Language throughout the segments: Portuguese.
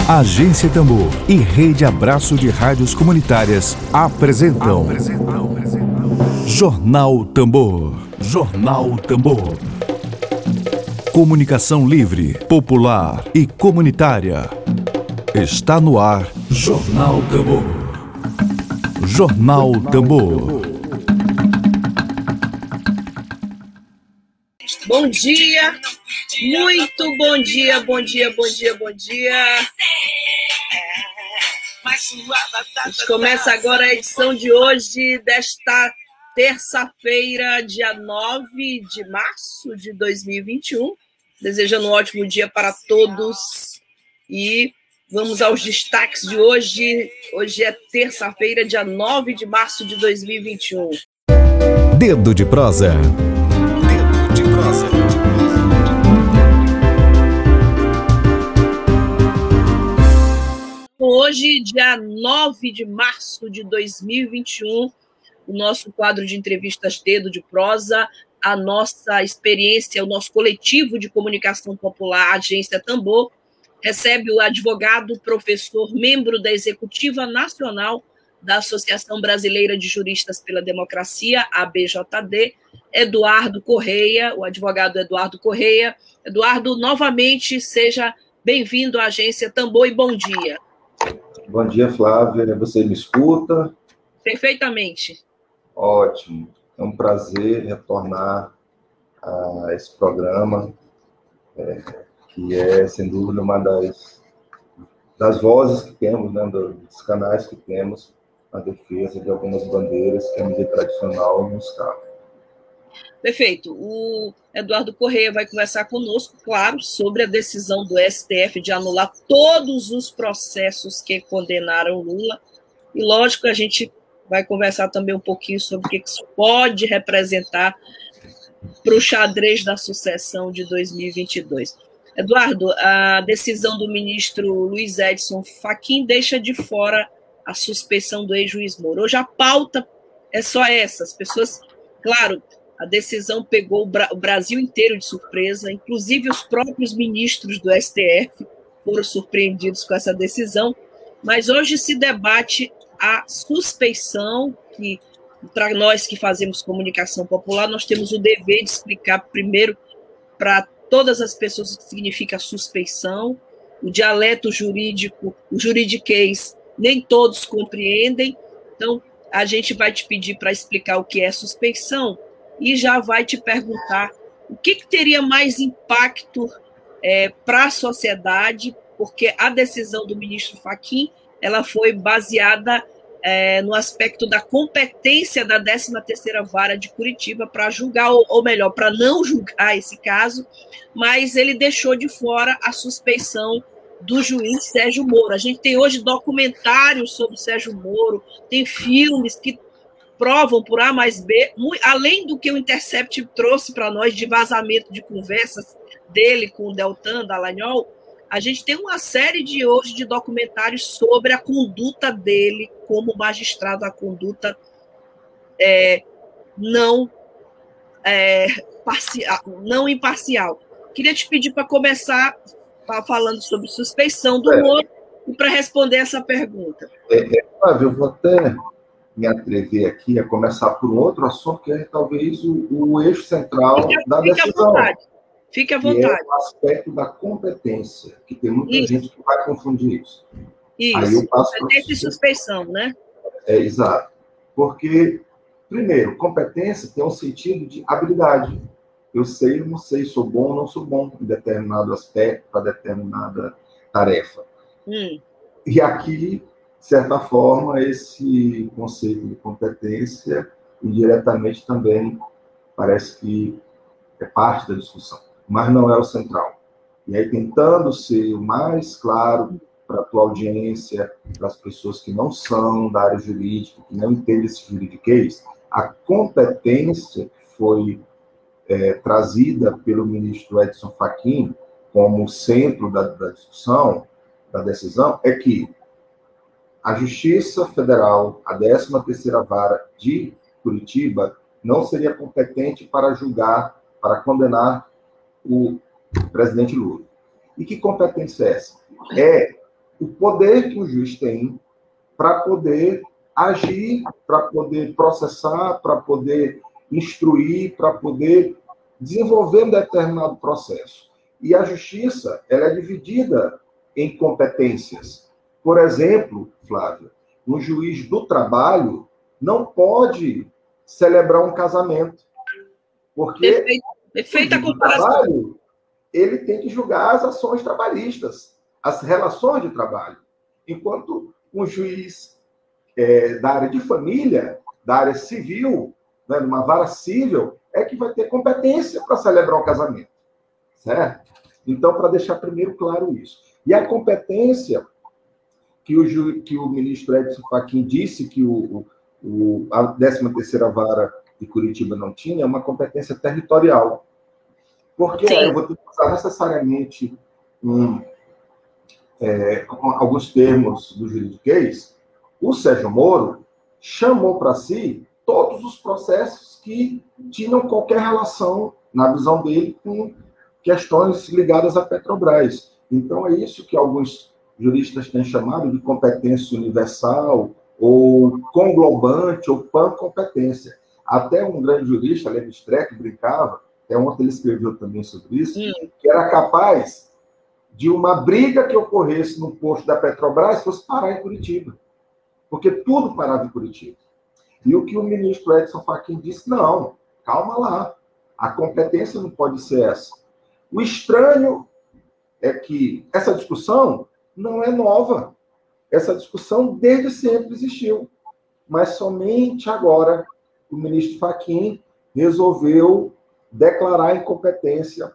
Agência Tambor e Rede Abraço de Rádios Comunitárias apresentam Jornal Tambor. Jornal Tambor. Comunicação livre, popular e comunitária. Está no ar Jornal Tambor. Jornal Tambor. Bom dia, muito bom dia, bom dia, bom dia, bom dia. A gente começa agora a edição de hoje, desta terça-feira, dia 9 de março de 2021. Desejando um ótimo dia para todos e vamos aos destaques de hoje. Hoje é terça-feira, dia 9 de março de 2021. Dedo de prosa. Dedo de prosa. Hoje, dia 9 de março de 2021, o nosso quadro de entrevistas Dedo de Prosa, a nossa experiência, o nosso coletivo de comunicação popular, Agência Tambor, recebe o advogado, professor, membro da Executiva Nacional da Associação Brasileira de Juristas pela Democracia, ABJD, Eduardo Correia, o advogado Eduardo Correia. Eduardo, novamente, seja bem-vindo à Agência Tambor e bom dia. Bom dia, Flávia. Você me escuta? Perfeitamente. Ótimo. É um prazer retornar a esse programa, que é, sem dúvida, uma das vozes que temos, né, dos canais que temos na defesa de algumas bandeiras que a mídia tradicional nos cabe. Perfeito. O Eduardo Correia vai conversar conosco, claro, sobre a decisão do STF de anular todos os processos que condenaram Lula. E, lógico, a gente vai conversar também um pouquinho sobre o que isso pode representar para o xadrez da sucessão de 2022. Eduardo, a decisão do ministro Luiz Edson Fachin deixa de fora a suspeição do ex-juiz Moro. Hoje a pauta é só essa. As pessoas, claro, a decisão pegou o Brasil inteiro de surpresa, inclusive os próprios ministros do STF foram surpreendidos com essa decisão, mas hoje se debate a suspeição, que para nós que fazemos comunicação popular, nós temos o dever de explicar primeiro para todas as pessoas o que significa suspeição, o dialeto jurídico, o juridiquês, nem todos compreendem, então a gente vai te pedir para explicar o que é suspeição e já vai te perguntar o que teria mais impacto para a sociedade, porque a decisão do ministro Fachin ela foi baseada no aspecto da competência da 13ª Vara de Curitiba para julgar, ou melhor, para não julgar esse caso, mas ele deixou de fora a suspeição do juiz Sérgio Moro. A gente tem hoje documentários sobre o Sérgio Moro, tem filmes que provam por A mais B, além do que o Intercept trouxe para nós de vazamento de conversas dele com o Deltan Dallagnol, a gente tem uma série hoje de documentários sobre a conduta dele como magistrado, a conduta não imparcial. Queria te pedir para começar falando sobre suspeição do Moro e para responder essa pergunta. Flávio, eu vou até me atrever aqui a começar por um outro assunto, que é talvez o eixo central da decisão. Fique à vontade. Que é o aspecto da competência, que tem muita gente que vai confundir isso. Isso, aí eu passo competência e suspeição, né? Exato. Porque, primeiro, competência tem um sentido de habilidade. Eu sei ou não sei, sou bom ou não sou bom em determinado aspecto, para determinada tarefa. E aqui, de certa forma, esse conceito de competência, indiretamente também, parece que é parte da discussão, mas não é o central. E aí, tentando ser o mais claro para a tua audiência, para as pessoas que não são da área jurídica, que não entendem esse juridiquês, a competência que foi trazida pelo ministro Edson Fachin como centro da discussão, da decisão, é que a Justiça Federal, a 13ª Vara de Curitiba, não seria competente para julgar, para condenar o presidente Lula. E que competência é essa? É o poder que o juiz tem para poder agir, para poder processar, para poder instruir, para poder desenvolver um determinado processo. E a justiça, ela é dividida em competências. Por exemplo, Flávia, um juiz do trabalho não pode celebrar um casamento, porque Perfeita o comparação. trabalho, ele tem que julgar as ações trabalhistas, as relações de trabalho. Enquanto um juiz da área de família, da área civil, né, numa vara civil, é que vai ter competência para celebrar o casamento. Certo? Então, para deixar primeiro claro isso. E a competência que o ministro Edson Fachin disse que a 13ª Vara de Curitiba não tinha, é uma competência territorial. Porque eu vou ter que usar necessariamente alguns termos do juridiquês. O Sérgio Moro chamou para si todos os processos que tinham qualquer relação, na visão dele, com questões ligadas à Petrobras. Então, é isso que alguns juristas têm chamado de competência universal, ou conglobante, ou pancompetência. Até um grande jurista, Levi Streck, brincava, até ontem ele escreveu também sobre isso, que era capaz de uma briga que ocorresse no posto da Petrobras fosse parar em Curitiba. Porque tudo parava em Curitiba. E o que o ministro Edson Fachin disse, não, calma lá, a competência não pode ser essa. O estranho é que essa discussão não é nova. Essa discussão desde sempre existiu. Mas somente agora o ministro Fachin resolveu declarar a incompetência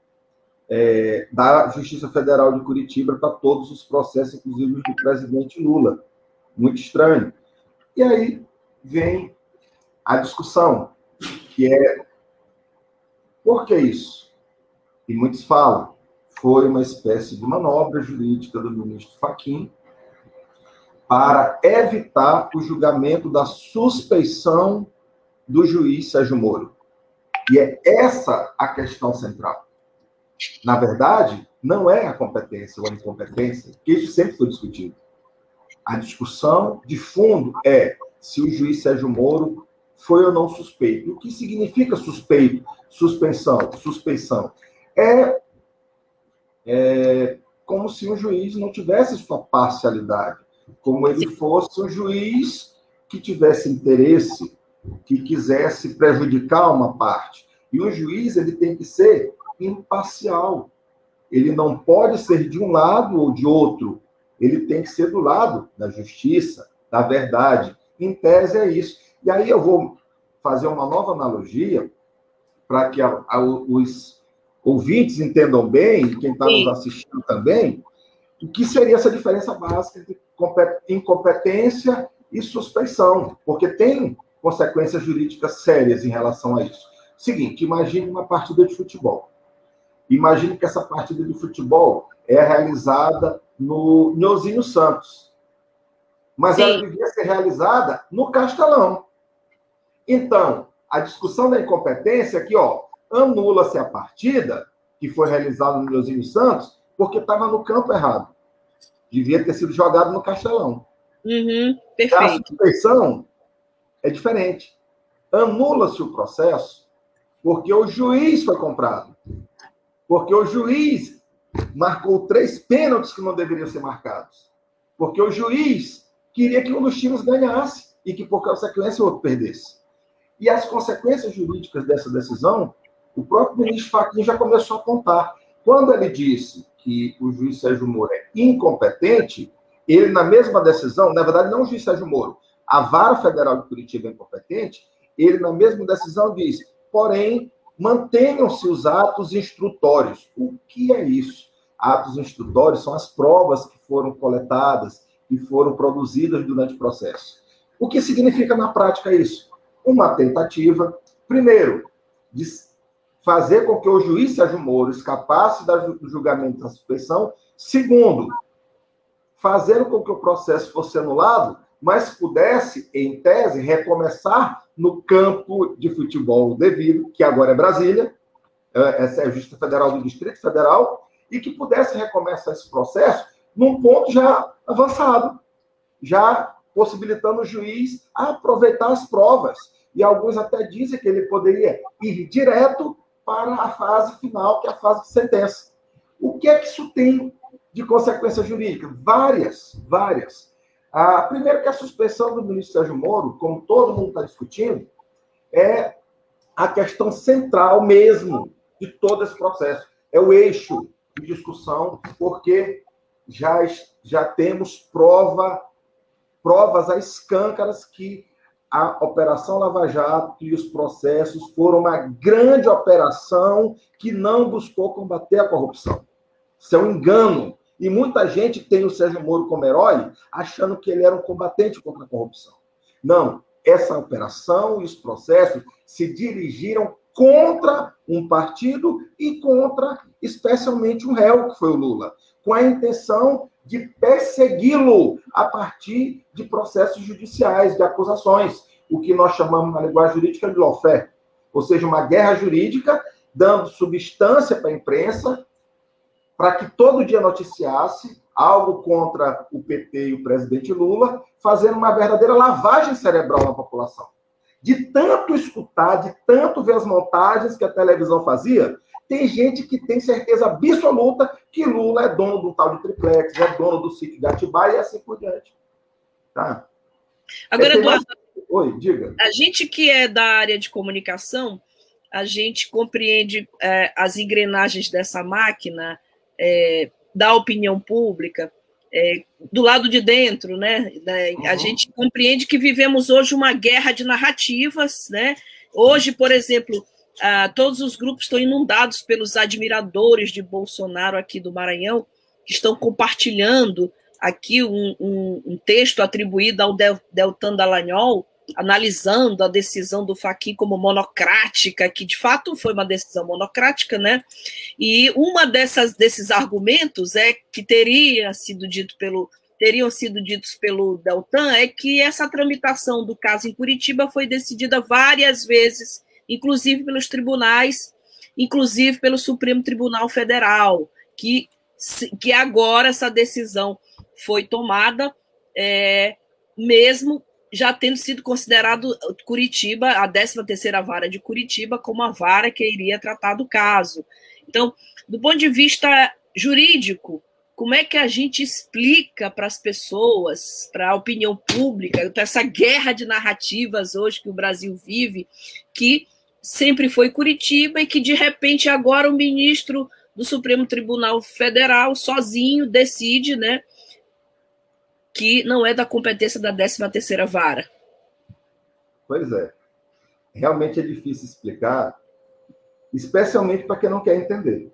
da Justiça Federal de Curitiba para todos os processos, inclusive do presidente Lula. Muito estranho. E aí vem a discussão, que é por que isso? E muitos falam, foi uma espécie de manobra jurídica do ministro Fachin para evitar o julgamento da suspeição do juiz Sérgio Moro. E é essa a questão central. Na verdade, não é a competência ou a incompetência, porque isso sempre foi discutido. A discussão de fundo é se o juiz Sérgio Moro foi ou não suspeito. O que significa suspeito? Suspensão. Suspeição. É como se um juiz não tivesse sua parcialidade. Como ele fosse um juiz que tivesse interesse, que quisesse prejudicar uma parte. E o juiz ele tem que ser imparcial. Ele não pode ser de um lado ou de outro. Ele tem que ser do lado da justiça, da verdade. Em tese é isso. E aí eu vou fazer uma nova analogia para que os ouvintes entendam bem, e quem está nos assistindo também, o que seria essa diferença básica entre incompetência e suspeição, porque tem consequências jurídicas sérias em relação a isso. Seguinte, imagine uma partida de futebol. Imagine que essa partida de futebol é realizada no Nhozinho Santos. Mas ela devia ser realizada no Castelão. Então, a discussão da incompetência aqui, anula-se a partida que foi realizada no Nhozinho Santos porque estava no campo errado. Devia ter sido jogado no Castelão. Perfeito. A suspeição é diferente. Anula-se o processo porque o juiz foi comprado. Porque o juiz marcou 3 pênaltis que não deveriam ser marcados. Porque o juiz queria que um dos times ganhasse e que, por consequência, o outro perdesse. E as consequências jurídicas dessa decisão, o próprio ministro Fachin já começou a apontar. Quando ele disse que o juiz Sérgio Moro é incompetente, ele, na mesma decisão, na verdade, não o juiz Sérgio Moro, a Vara Federal de Curitiba é incompetente, ele, na mesma decisão, diz, porém, mantenham-se os atos instrutórios. O que é isso? Atos instrutórios são as provas que foram coletadas, que foram produzidas durante o processo. O que significa na prática isso? Uma tentativa, primeiro, de fazer com que o juiz Sérgio Moro escapasse do julgamento da suspeição. Segundo, fazer com que o processo fosse anulado, mas pudesse, em tese, recomeçar no campo de futebol devido, que agora é Brasília, essa é a Justiça Federal do Distrito Federal, e que pudesse recomeçar esse processo num ponto já avançado, já possibilitando o juiz aproveitar as provas. E alguns até dizem que ele poderia ir direto para a fase final, que é a fase de sentença. O que é que isso tem de consequência jurídica? Várias. Primeiro que a suspensão do ministro Sérgio Moro, como todo mundo está discutindo, é a questão central mesmo de todo esse processo. É o eixo de discussão, porque já temos provas a escâncaras que a Operação Lava Jato e os processos foram uma grande operação que não buscou combater a corrupção. Isso é um engano. E muita gente tem o Sérgio Moro como herói, achando que ele era um combatente contra a corrupção. Não. Essa operação e os processos se dirigiram contra um partido e contra, especialmente, um réu, que foi o Lula, com a intenção de persegui-lo a partir de processos judiciais, de acusações, o que nós chamamos na linguagem jurídica de lawfare, ou seja, uma guerra jurídica, dando substância para a imprensa, para que todo dia noticiasse algo contra o PT e o presidente Lula, fazendo uma verdadeira lavagem cerebral na população. De tanto escutar, de tanto ver as montagens que a televisão fazia, tem gente que tem certeza absoluta que Lula é dono do tal de triplex, é dono do sítio de Atibaia e assim por diante. Tá? Agora, Eduardo, Oi, diga. A gente que é da área de comunicação, a gente compreende as engrenagens dessa máquina, da opinião pública, do lado de dentro, né? A gente compreende que vivemos hoje uma guerra de narrativas, né? Hoje, por exemplo, todos os grupos estão inundados pelos admiradores de Bolsonaro aqui do Maranhão, que estão compartilhando aqui um texto atribuído ao Deltan Dallagnol, analisando a decisão do Fachin como monocrática, que de fato foi uma decisão monocrática, né? E desses argumentos que teriam sido ditos pelo Deltan é que essa tramitação do caso em Curitiba foi decidida várias vezes, inclusive pelos tribunais, inclusive pelo Supremo Tribunal Federal, que agora essa decisão foi tomada, mesmo já tendo sido considerado Curitiba, a 13ª Vara de Curitiba, como a vara que iria tratar do caso. Então, do ponto de vista jurídico, como é que a gente explica para as pessoas, para a opinião pública, para essa guerra de narrativas hoje que o Brasil vive, que sempre foi Curitiba e que, de repente, agora o ministro do Supremo Tribunal Federal, sozinho, decide, né, que não é da competência da 13ª Vara? Pois é. Realmente é difícil explicar, especialmente para quem não quer entender.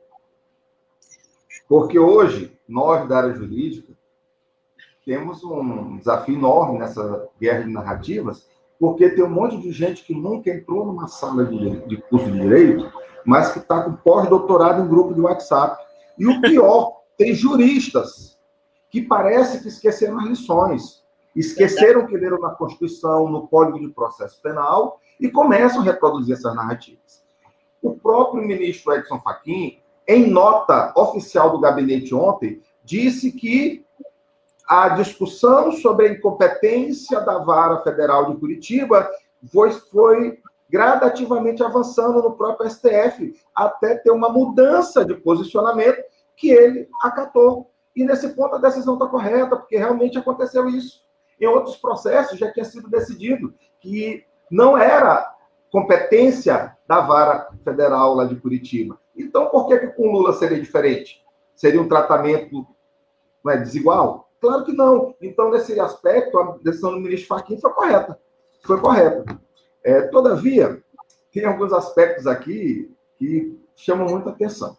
Porque hoje, nós da área jurídica, temos um desafio enorme nessa guerra de narrativas, porque tem um monte de gente que nunca entrou numa sala de curso de direito, mas que está com pós-doutorado em grupo de WhatsApp. E o pior, tem juristas que parece que esqueceram as lições, esqueceram que leram na Constituição, no Código de Processo Penal, e começam a reproduzir essas narrativas. O próprio ministro Edson Fachin, em nota oficial do gabinete ontem, disse que a discussão sobre a incompetência da Vara Federal de Curitiba foi gradativamente avançando no próprio STF, até ter uma mudança de posicionamento que ele acatou. E, nesse ponto, a decisão está correta, porque realmente aconteceu isso. Em outros processos, já tinha sido decidido que não era competência da Vara Federal lá de Curitiba. Então, por que com Lula seria diferente? Seria um tratamento desigual? Claro que não. Então, nesse aspecto, a decisão do ministro Fachin foi correta. Foi correta. Todavia, tem alguns aspectos aqui que chamam muita atenção.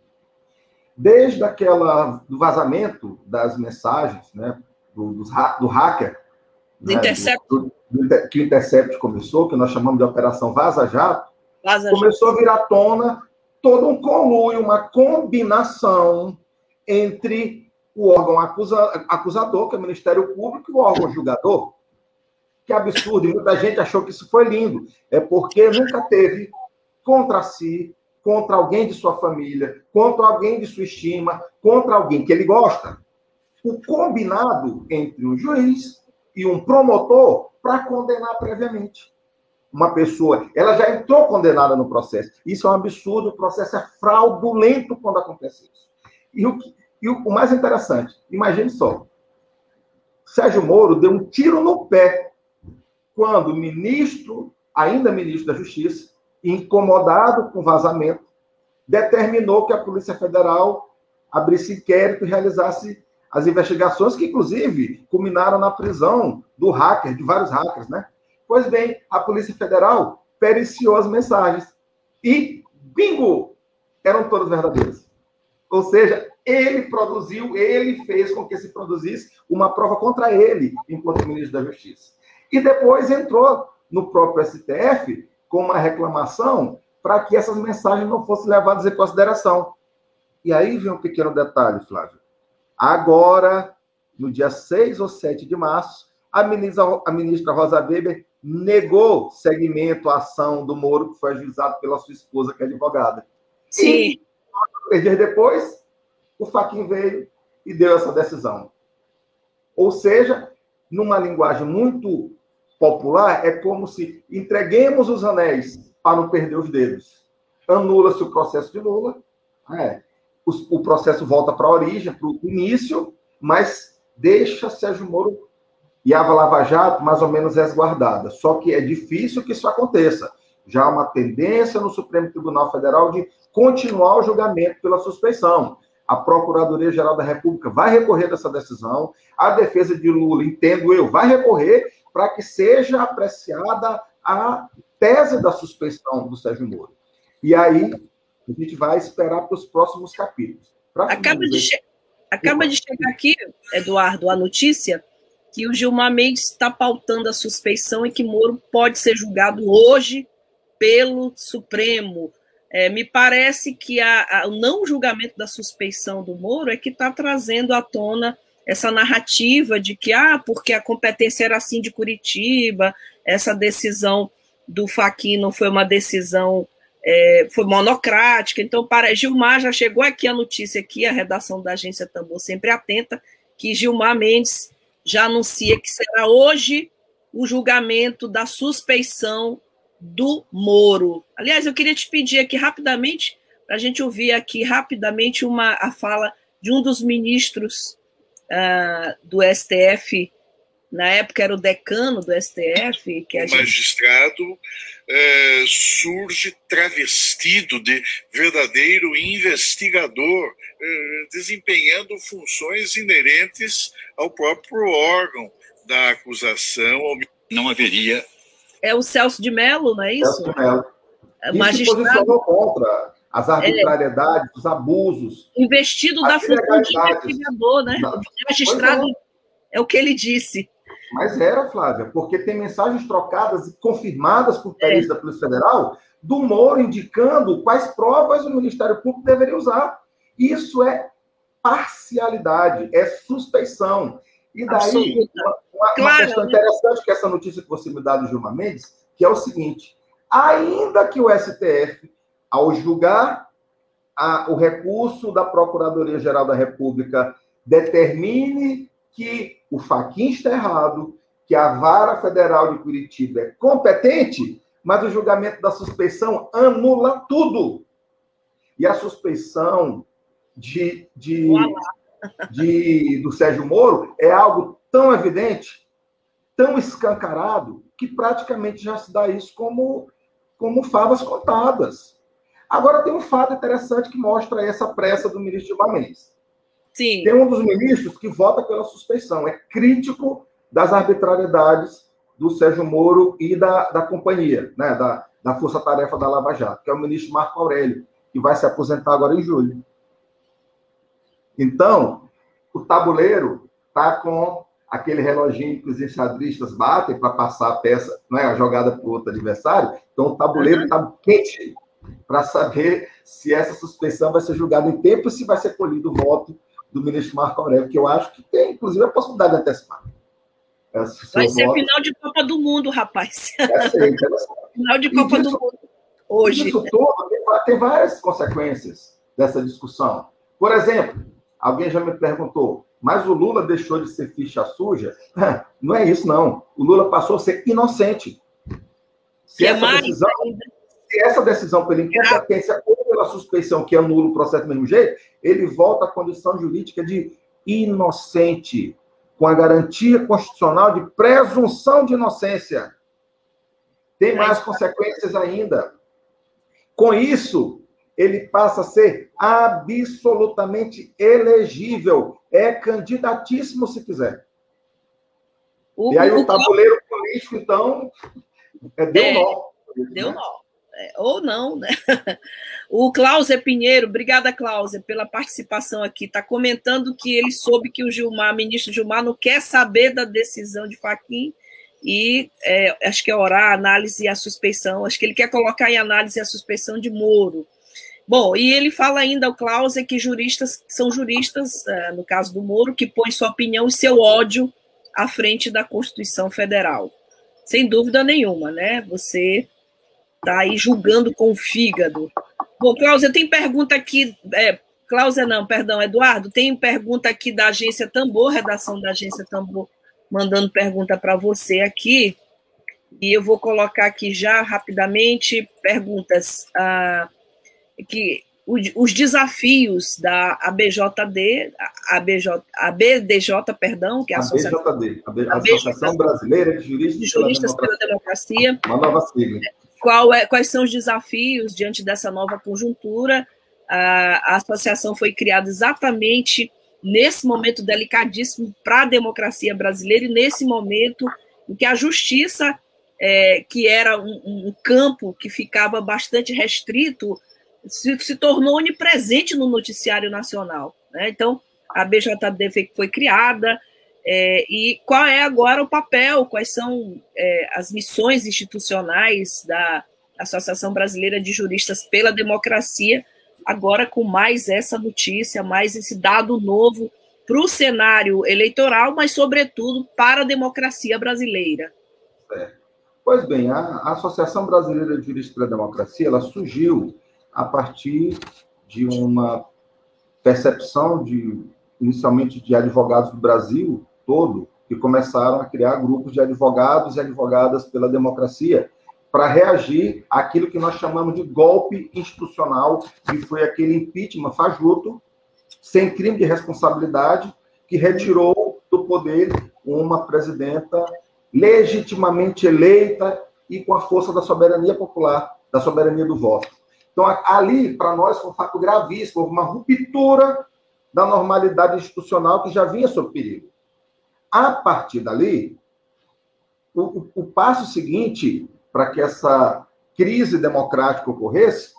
Desde do vazamento das mensagens, né, do hacker, do Intercept. Que o Intercept começou, que nós chamamos de Operação Vaza Jato, começou a vir à tona todo um conluio, uma combinação entre o órgão acusador, que é o Ministério Público, e o órgão julgador. Que absurdo, e muita gente achou que isso foi lindo. É porque nunca teve contra si, contra alguém de sua família, contra alguém de sua estima, contra alguém que ele gosta, o combinado entre um juiz e um promotor para condenar previamente. Uma pessoa, ela já entrou condenada no processo. Isso é um absurdo, o processo é fraudulento quando acontece isso. E o mais interessante, imagine só, Sérgio Moro deu um tiro no pé quando o ministro, ainda ministro da Justiça, incomodado com o vazamento, determinou que a Polícia Federal abrisse inquérito e realizasse as investigações que, inclusive, culminaram na prisão do hacker, de vários hackers, né? Pois bem, a Polícia Federal periciou as mensagens e, bingo, eram todas verdadeiras. Ou seja, ele produziu, ele fez com que se produzisse uma prova contra ele, enquanto ministro da Justiça. E depois entrou no próprio STF com uma reclamação para que essas mensagens não fossem levadas em consideração. E aí vem um pequeno detalhe, Flávio. Agora, no dia 6 ou 7 de março, a ministra Rosa Weber negou seguimento à ação do Moro, que foi ajuizado pela sua esposa, que é advogada. Sim. E 3 dias depois, o Fachin veio e deu essa decisão. Ou seja, numa linguagem muito popular, é como se entreguemos os anéis para não perder os dedos. Anula-se o processo de Lula, o processo volta para a origem, para o início, mas deixa Sérgio Moro e a Lava Jato mais ou menos resguardada. Só que é difícil que isso aconteça. Já há uma tendência no Supremo Tribunal Federal de continuar o julgamento pela suspeição. A Procuradoria-Geral da República vai recorrer dessa decisão. A defesa de Lula, entendo eu, vai recorrer para que seja apreciada a tese da suspeição do Sérgio Moro. E aí, a gente vai esperar para os próximos capítulos. Acaba de chegar aqui, Eduardo, a notícia que o Gilmar Mendes está pautando a suspeição e que Moro pode ser julgado hoje pelo Supremo. Me parece que o não julgamento da suspeição do Moro é que está trazendo à tona essa narrativa de que, porque a competência era assim de Curitiba, essa decisão do Fachin não foi uma decisão, foi monocrática. Então, Gilmar, já chegou aqui a notícia aqui, a redação da Agência Tambor sempre atenta, que Gilmar Mendes já anuncia que será hoje o julgamento da suspeição do Moro. Aliás, eu queria te pedir aqui rapidamente, para a gente ouvir aqui rapidamente a fala de um dos ministros do STF, na época era o decano do STF. O magistrado surge travestido de verdadeiro investigador, desempenhando funções inerentes ao próprio órgão da acusação. Não haveria... É o Celso de Mello, não é isso? Celso de Mello. Magistrado... se posicionou contra as arbitrariedades, os abusos. Investido da função de investigador, né? O magistrado é o que ele disse. Mas era, Flávia, porque tem mensagens trocadas e confirmadas por peritos da Polícia Federal do Moro indicando quais provas o Ministério Público deveria usar. Isso é parcialidade, é suspeição. E daí, uma questão interessante que essa notícia que você me dá do Gilmar Mendes, que é o seguinte: ainda que o STF, ao julgar o recurso da Procuradoria-Geral da República, determine que o Fachin está errado, que a Vara Federal de Curitiba é competente, mas o julgamento da suspeição anula tudo. E a suspeição do Sérgio Moro é algo tão evidente, tão escancarado, que praticamente já se dá isso como favas contadas. Agora tem um fato interessante que mostra essa pressa do ministro Gilmar Mendes. Sim. Tem um dos ministros que vota pela suspeição, é crítico das arbitrariedades do Sérgio Moro e da companhia, né, da Força-Tarefa da Lava Jato, que é o ministro Marco Aurélio, que vai se aposentar agora em julho. Então, o tabuleiro está com aquele reloginho que os enxadristas batem para passar a peça, não é, a jogada para o outro adversário. Então, o tabuleiro está quente para saber se essa suspeição vai ser julgada em tempo e se vai ser colhido o voto do ministro Marco Aurélio, que eu acho que tem, inclusive, a possibilidade de antecipar. Vai ser final de Copa do Mundo, rapaz. Vai ser interessante. Final de Copa do Mundo hoje. Isso tudo tem várias consequências dessa discussão. Por exemplo, alguém já me perguntou, mas o Lula deixou de ser ficha suja. Não é isso, não. O Lula passou a ser inocente. Se essa decisão pela incompetência ou pela suspeição que anula o processo do mesmo jeito, ele volta à condição jurídica de inocente, com a garantia constitucional de presunção de inocência. Tem mais consequências ainda. Com isso, ele passa a ser absolutamente elegível. É candidatíssimo, se quiser. E aí o tabuleiro político, então, deu nó. Deu nó. Ou não, né? O Cláudio Pinheiro, obrigada, Cláudia, pela participação aqui. Está comentando que ele soube que o ministro Gilmar, não quer saber da decisão de Fachin e acho que é orar a análise e a suspeição. Acho que ele quer colocar em análise a suspeição de Moro. Bom, e ele fala ainda, o Cláudio, que são juristas, no caso do Moro, que põem sua opinião e seu ódio à frente da Constituição Federal. Sem dúvida nenhuma, né? Você está aí julgando com o fígado. Bom, Cláudia, tem pergunta aqui... Cláudia não, perdão, Eduardo, tem pergunta aqui da Agência Tambor, redação da Agência Tambor, mandando pergunta para você aqui, e eu vou colocar aqui já rapidamente perguntas que os desafios da ABJD, perdão, que é a Associação Brasileira de Juristas pela Democracia. Uma nova sigla. Quais são os desafios diante dessa nova conjuntura? A associação foi criada exatamente nesse momento delicadíssimo para a democracia brasileira e nesse momento em que a justiça, que era um campo que ficava bastante restrito, se tornou onipresente no noticiário nacional, né? Então, a BJD foi criada, e qual é agora o papel, quais são as missões institucionais da Associação Brasileira de Juristas pela Democracia, agora com mais essa notícia, mais esse dado novo para o cenário eleitoral, mas, sobretudo, para a democracia brasileira. Pois bem, a Associação Brasileira de Juristas pela Democracia, ela surgiu a partir de uma percepção inicialmente de advogados do Brasil todo, que começaram a criar grupos de advogados e advogadas pela democracia para reagir àquilo que nós chamamos de golpe institucional, que foi aquele impeachment fajuto, sem crime de responsabilidade, que retirou do poder uma presidenta legitimamente eleita e com a força da soberania popular, da soberania do voto. Então, ali, para nós, foi um fato gravíssimo, houve uma ruptura da normalidade institucional que já vinha sob perigo. A partir dali, o passo seguinte para que essa crise democrática ocorresse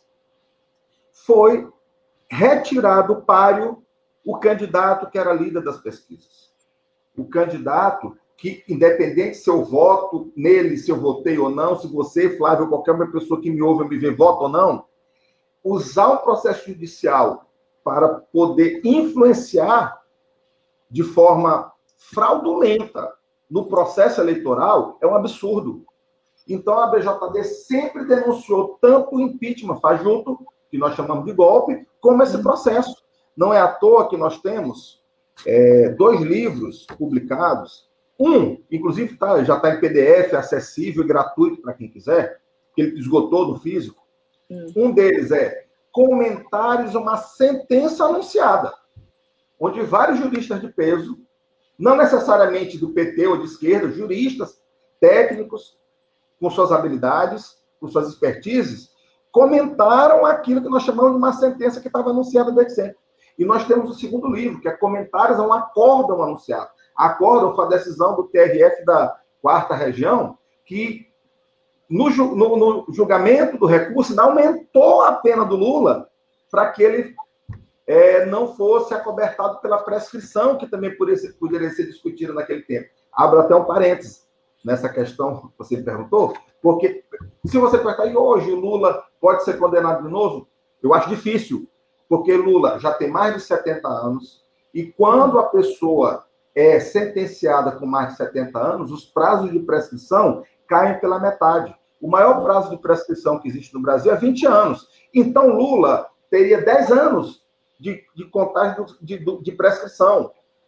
foi retirar do páreo o candidato que era líder das pesquisas. O candidato que, independente se eu voto nele, se eu votei ou não, se você, Flávio, ou qualquer uma pessoa que me ouve ou me vê, vota ou não, usar o processo judicial para poder influenciar de forma fraudulenta no processo eleitoral é um absurdo. Então, a BJD sempre denunciou tanto o impeachment fajuto, que nós chamamos de golpe, como esse processo. Não é à toa que nós temos 2 livros publicados. Inclusive, já está em PDF, acessível e gratuito para quem quiser, que ele esgotou no físico. Um deles é Comentários a uma Sentença Anunciada, onde vários juristas de peso, não necessariamente do PT ou de esquerda, juristas, técnicos, com suas habilidades, com suas expertises, comentaram aquilo que nós chamamos de uma sentença que estava anunciada desde sempre. E nós temos o segundo livro, que é Comentários a um Acórdão Anunciado. Acórdão foi a decisão do TRF da 4ª Região, que no julgamento do recurso aumentou a pena do Lula para que ele não fosse acobertado pela prescrição, que também poderia ser discutida naquele tempo. Abro até um parênteses nessa questão que você me perguntou, porque se você perguntar, e hoje o Lula pode ser condenado de novo? Eu acho difícil, porque Lula já tem mais de 70 anos, e quando a pessoa é sentenciada com mais de 70 anos, os prazos de prescrição caem pela metade. O maior prazo de prescrição que existe no Brasil é 20 anos. Então, Lula teria 10 anos de contagem de prescrição.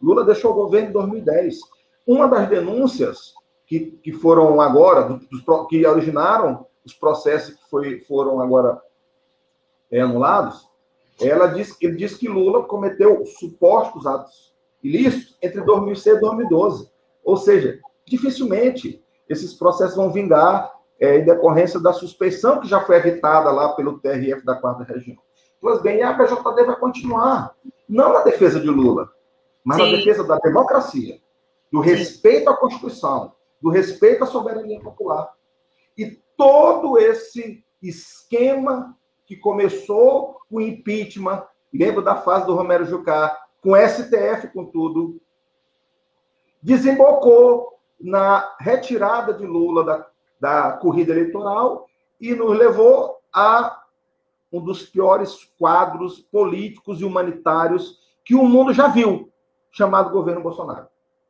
Lula deixou o governo em 2010. Uma das denúncias que foram agora, que originaram os processos que foram agora anulados, ele disse que Lula cometeu supostos atos ilícitos entre 2006 e 2012. Ou seja, dificilmente esses processos vão vingar em decorrência da suspeição que já foi evitada lá pelo TRF da 4ª Região. Pois bem, a ABJD vai continuar, não na defesa de Lula, mas na defesa da democracia, do respeito à Constituição, do respeito à soberania popular. E todo esse esquema que começou com o impeachment, lembro da fase do Romero Jucá, com o STF, com tudo, desembocou na retirada de Lula da corrida eleitoral e nos levou a um dos piores quadros políticos e humanitários que o mundo já viu, chamado governo Bolsonaro.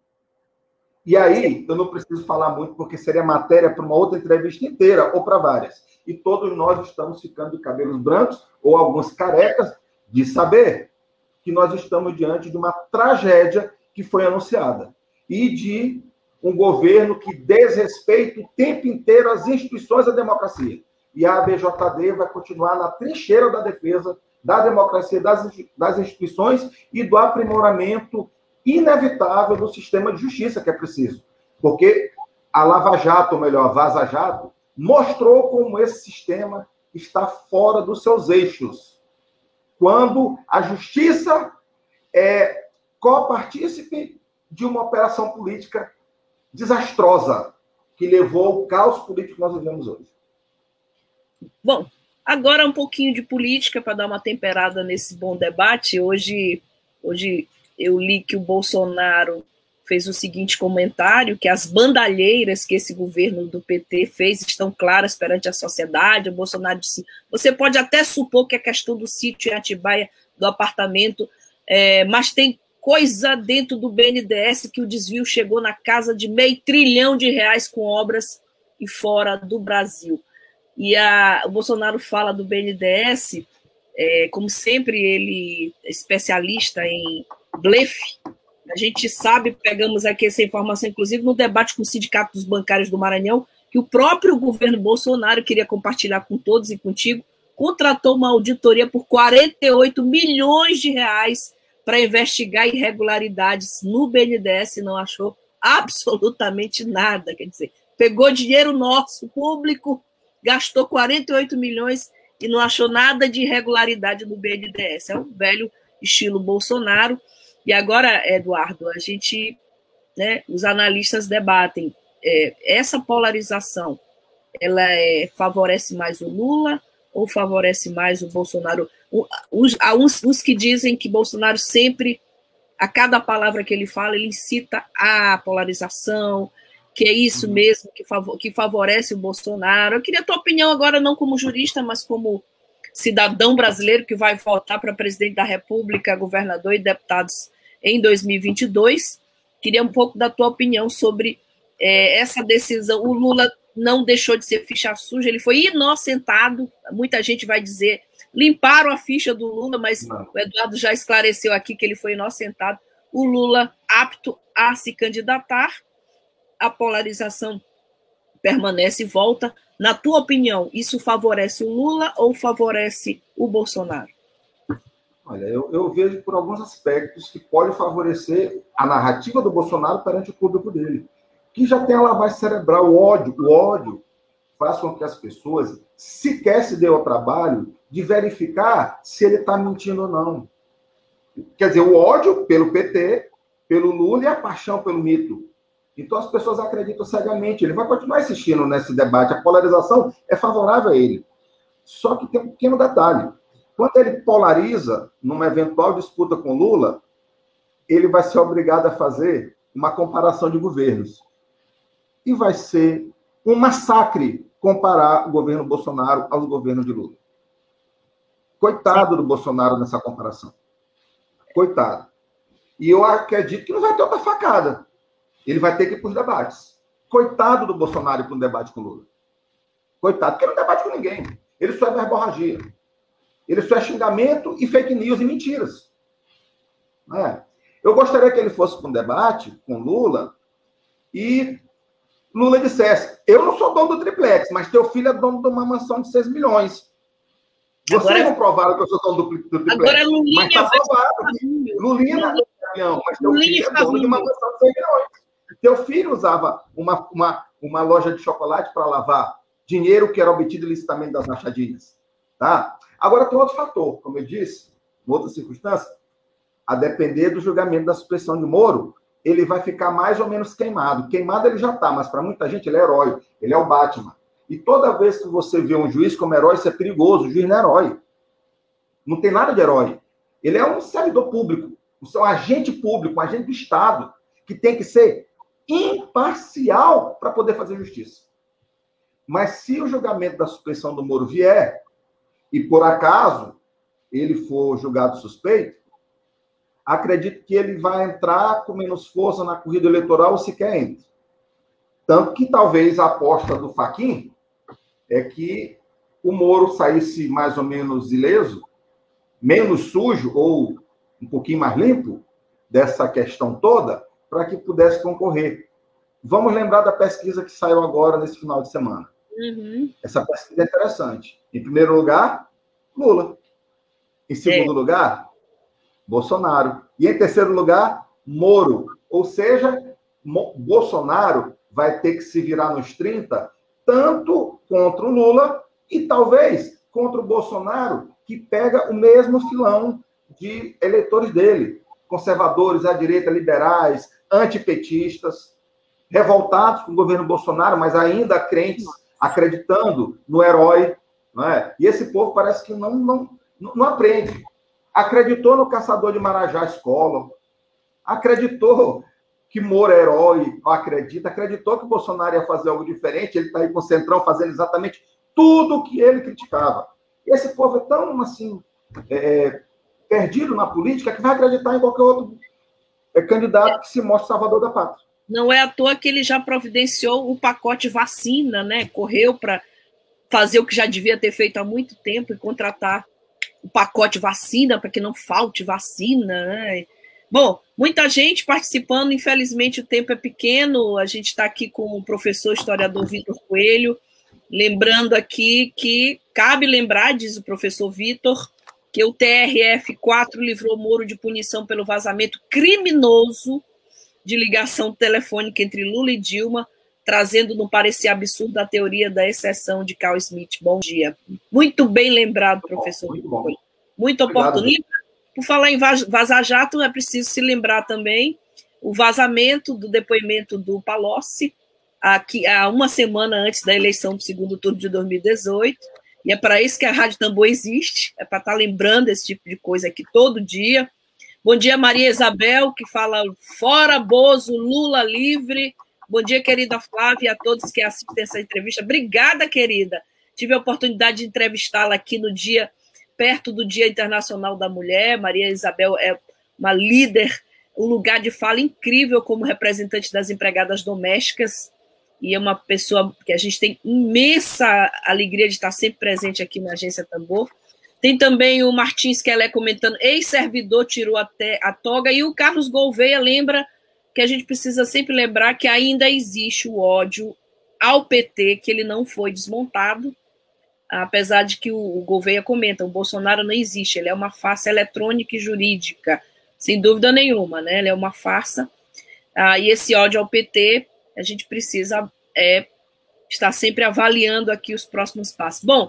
E aí, eu não preciso falar muito, porque seria matéria para uma outra entrevista inteira, ou para várias. E todos nós estamos ficando de cabelos brancos, ou alguns carecas, de saber que nós estamos diante de uma tragédia que foi anunciada. E de um governo que desrespeita o tempo inteiro as instituições da democracia. E a ABJD vai continuar na trincheira da defesa da democracia, das instituições e do aprimoramento inevitável do sistema de justiça que é preciso. Porque a Lava Jato, ou melhor, Vaza Jato, mostrou como esse sistema está fora dos seus eixos. Quando a justiça é copartícipe de uma operação política desastrosa que levou ao caos político que nós vivemos hoje. Bom, agora um pouquinho de política para dar uma temperada nesse bom debate. Hoje eu li que o Bolsonaro fez o seguinte comentário, que as bandalheiras que esse governo do PT fez estão claras perante a sociedade. O Bolsonaro disse, você pode até supor que a questão do sítio em Atibaia, do apartamento, mas tem coisa dentro do BNDES que o desvio chegou na casa de R$500 bilhão com obras e fora do Brasil. E o Bolsonaro fala do BNDES, como sempre ele é especialista em blefe. A gente sabe, pegamos aqui essa informação, inclusive no debate com o Sindicato dos Bancários do Maranhão, que o próprio governo Bolsonaro, queria compartilhar com todos e contigo, contratou uma auditoria por R$48 milhões para investigar irregularidades no BNDES e não achou absolutamente nada. Quer dizer, pegou dinheiro nosso, público, gastou 48 milhões e não achou nada de irregularidade no BNDES. É um velho estilo Bolsonaro. E agora, Eduardo, a gente, os analistas debatem essa polarização, ela favorece mais o Lula ou favorece mais o Bolsonaro? Há uns que dizem que Bolsonaro sempre, a cada palavra que ele fala, ele incita a polarização, que é isso mesmo que favorece o Bolsonaro. Eu queria a tua opinião agora, não como jurista, mas como cidadão brasileiro que vai votar para presidente da República, governador e deputados em 2022. Queria um pouco da tua opinião sobre essa decisão. O Lula não deixou de ser ficha suja, ele foi inocentado. Muita gente vai dizer, limparam a ficha do Lula, mas não. O Eduardo já esclareceu aqui que ele foi inocentado. O Lula apto a se candidatar, a polarização permanece e volta. Na tua opinião, isso favorece o Lula ou favorece o Bolsonaro? Olha, eu vejo por alguns aspectos que pode favorecer a narrativa do Bolsonaro perante o público dele, que já tem a lavagem cerebral, o ódio faz com que as pessoas sequer se dê ao trabalho de verificar se ele está mentindo ou não. Quer dizer, o ódio pelo PT, pelo Lula e a paixão pelo mito. Então as pessoas acreditam cegamente. Ele vai continuar insistindo nesse debate. A polarização é favorável a ele. Só que tem um pequeno detalhe. Quando ele polariza numa eventual disputa com Lula, ele vai ser obrigado a fazer uma comparação de governos. E vai ser um massacre comparar o governo Bolsonaro aos governos de Lula. Coitado do Bolsonaro nessa comparação. Coitado. E eu acredito que não vai ter outra facada. Ele vai ter que ir para os debates. Coitado do Bolsonaro ir para um debate com o Lula. Coitado, porque ele não debate com ninguém. Ele só é verborragia. Ele só é xingamento e fake news e mentiras. Eu gostaria que ele fosse para um debate com Lula e Lula dissesse: eu não sou dono do triplex, mas teu filho é dono de uma mansão de 6 milhões. Vocês não provaram que eu sou dono do triplex. Agora, Lulinha, mas está provado que Lulinha não é campeão, mas teu filho é dono de uma mansão de 6 milhões. Teu filho usava uma loja de chocolate para lavar dinheiro que era obtido ilicitamente das rachadinhas. Tá? Agora, tem outro fator, como eu disse, outra circunstância, a depender do julgamento da suspeição de Moro, ele vai ficar mais ou menos queimado. Queimado ele já está, mas para muita gente ele é herói, ele é o Batman. E toda vez que você vê um juiz como herói, isso é perigoso, o juiz não é herói. Não tem nada de herói. Ele é um servidor público, um agente público, um agente do Estado, que tem que ser imparcial para poder fazer justiça. Mas se o julgamento da suspeição do Moro vier, e por acaso ele for julgado suspeito, acredito que ele vai entrar com menos força na corrida eleitoral ou sequer entre. Tanto que talvez a aposta do Fachin é que o Moro saísse mais ou menos ileso, menos sujo ou um pouquinho mais limpo dessa questão toda, para que pudesse concorrer. Vamos lembrar da pesquisa que saiu agora nesse final de semana. Essa pesquisa é interessante. Em primeiro lugar, Lula. Em segundo lugar, Bolsonaro. E em terceiro lugar, Moro. Ou seja, Bolsonaro vai ter que se virar nos 30, tanto contra o Lula e talvez contra o Bolsonaro, que pega o mesmo filão de eleitores dele. Conservadores à direita, liberais, antipetistas, revoltados com o governo Bolsonaro, mas ainda crentes, acreditando no herói. Não é? E esse povo parece que não aprende. Acreditou no caçador de Marajá Escola, acreditou que Moro é herói, acreditou que o Bolsonaro ia fazer algo diferente, ele está aí com o Centrão fazendo exatamente tudo o que ele criticava. E esse povo é tão, assim, perdido na política que vai acreditar em qualquer outro candidato que se mostre salvador da pátria. Não é à toa que ele já providenciou o pacote vacina, né? Correu para fazer o que já devia ter feito há muito tempo e contratar o pacote vacina para que não falte vacina, né? Bom, muita gente participando, infelizmente o tempo é pequeno, a gente está aqui com o professor historiador Vitor Coelho, lembrando aqui que cabe lembrar, diz o professor Vitor, que o TRF-4 livrou Moro de punição pelo vazamento criminoso de ligação telefônica entre Lula e Dilma, trazendo no parecer absurdo a teoria da exceção de Carl Smith. Bom dia. Muito bem lembrado, professor. Muito bom. Muito oportunista. Por falar em vaza-jato, é preciso se lembrar também o vazamento do depoimento do Palocci, aqui, há uma semana antes da eleição do segundo turno de 2018, e é para isso que a Rádio Tambor existe, é para estar lembrando esse tipo de coisa aqui todo dia. Bom dia, Maria Isabel, que fala fora Bozo, Lula livre. Bom dia, querida Flávia, e a todos que assistem essa entrevista. Obrigada, querida. Tive a oportunidade de entrevistá-la aqui no dia, perto do Dia Internacional da Mulher. Maria Isabel é uma líder, um lugar de fala incrível como representante das empregadas domésticas, e é uma pessoa que a gente tem imensa alegria de estar sempre presente aqui na Agência Tambor. Tem também o Martins Kelé comentando, ex-servidor tirou até a toga, e o Carlos Gouveia lembra que a gente precisa sempre lembrar que ainda existe o ódio ao PT, que ele não foi desmontado, apesar de que o Gouveia comenta, o Bolsonaro não existe, ele é uma farsa eletrônica e jurídica, sem dúvida nenhuma, né? Ele é uma farsa, e esse ódio ao PT, a gente precisa estar sempre avaliando aqui os próximos passos. Bom,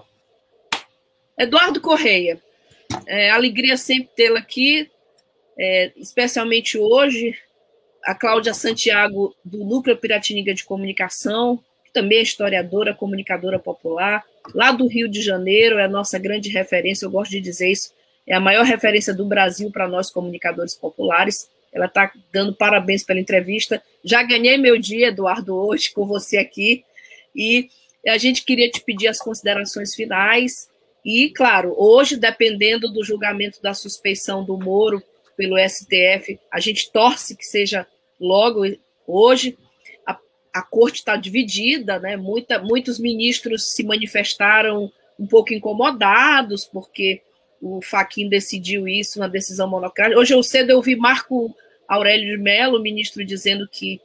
Eduardo Correia, alegria sempre tê-lo aqui, especialmente hoje, a Cláudia Santiago, do Núcleo Piratininga de Comunicação, que também é historiadora, comunicadora popular, lá do Rio de Janeiro, é a nossa grande referência, eu gosto de dizer isso, é a maior referência do Brasil para nós comunicadores populares. Ela está dando parabéns pela entrevista. Já ganhei meu dia, Eduardo, hoje, com você aqui, e a gente queria te pedir as considerações finais. E, claro, hoje, dependendo do julgamento da suspeição do Moro pelo STF, a gente torce que seja logo hoje. A corte está dividida, né? Muitos ministros se manifestaram um pouco incomodados, porque o Fachin decidiu isso, uma decisão monocrática. Hoje eu cedo eu vi Marco Aurélio de Mello, o ministro, dizendo que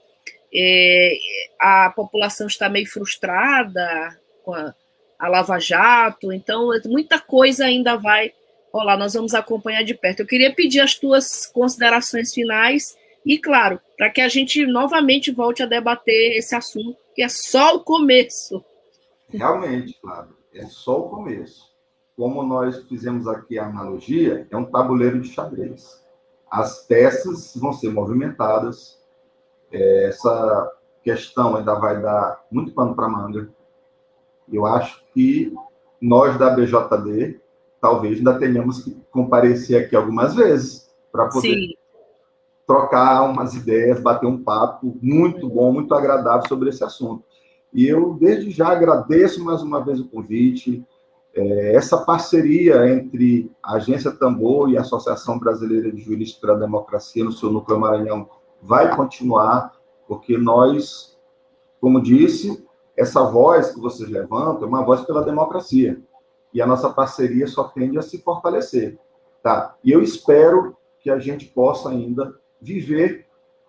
a população está meio frustrada com a Lava Jato, então muita coisa ainda vai rolar, nós vamos acompanhar de perto. Eu queria pedir as tuas considerações finais e, claro, para que a gente novamente volte a debater esse assunto, que é só o começo. Realmente, Flávio, é só o começo. Como nós fizemos aqui a analogia, é um tabuleiro de xadrez. As peças vão ser movimentadas, essa questão ainda vai dar muito pano para manga. Eu acho que nós da BJD, talvez ainda tenhamos que comparecer aqui algumas vezes para poder trocar umas ideias, bater um papo muito bom, muito agradável sobre esse assunto. E eu, desde já, agradeço mais uma vez o convite. Essa parceria entre a Agência Tambor e a Associação Brasileira de Juristas pela Democracia no seu núcleo Maranhão vai continuar, porque nós, como disse, essa voz que vocês levantam é uma voz pela democracia. E a nossa parceria só tende a se fortalecer. Tá? E eu espero que a gente possa ainda viver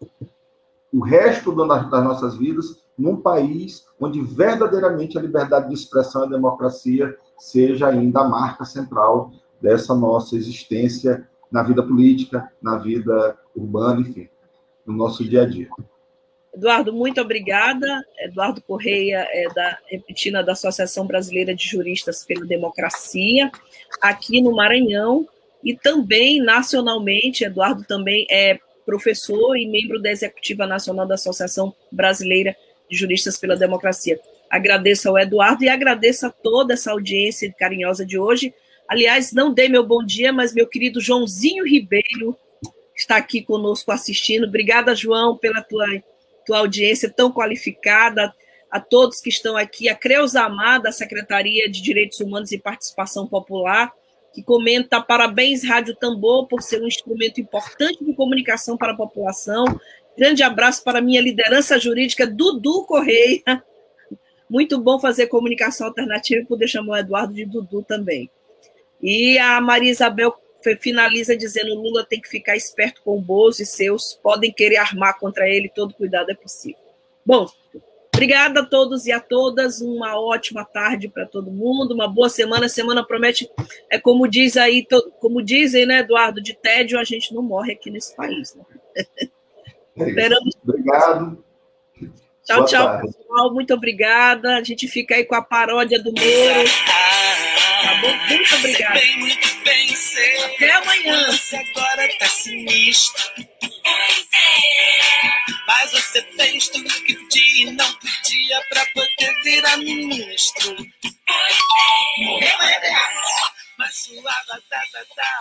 o resto das nossas vidas num país onde verdadeiramente a liberdade de expressão e a democracia seja ainda a marca central dessa nossa existência na vida política, na vida urbana, enfim, no nosso dia a dia. Eduardo, muito obrigada. Eduardo Correia, repetindo, da Associação Brasileira de Juristas pela Democracia, aqui no Maranhão, e também nacionalmente. Eduardo também é professor e membro da Executiva Nacional da Associação Brasileira de Juristas pela Democracia. Agradeço ao Eduardo e agradeço a toda essa audiência carinhosa de hoje. Aliás, não dei meu bom dia, mas meu querido Joãozinho Ribeiro está aqui conosco assistindo. Obrigada, João, pela tua audiência tão qualificada, a todos que estão aqui, a Creuza Amar, da Secretaria de Direitos Humanos e Participação Popular, que comenta: parabéns, Rádio Tambor, por ser um instrumento importante de comunicação para a população. Grande abraço para a minha liderança jurídica, Dudu Correia. Muito bom fazer comunicação alternativa e poder chamar o Eduardo de Dudu também. E a Maria Isabel finaliza dizendo: Lula tem que ficar esperto com o Bozo e seus, podem querer armar contra ele, todo cuidado é possível. Bom, obrigada a todos e a todas, uma ótima tarde para todo mundo, uma boa semana. A semana promete, como diz aí, como dizem, né, Eduardo, de tédio a gente não morre aqui nesse país. Né? Esperamos. Obrigado. Tchau, tchau, pessoal. Muito obrigada. A gente fica aí com a paródia do Moro. Tá bom? Muito obrigada. Até amanhã. Você agora tá sinistro. Mas você fez tudo que podia e não podia pra poder virar ministro. Morreu, mas sua batata tá.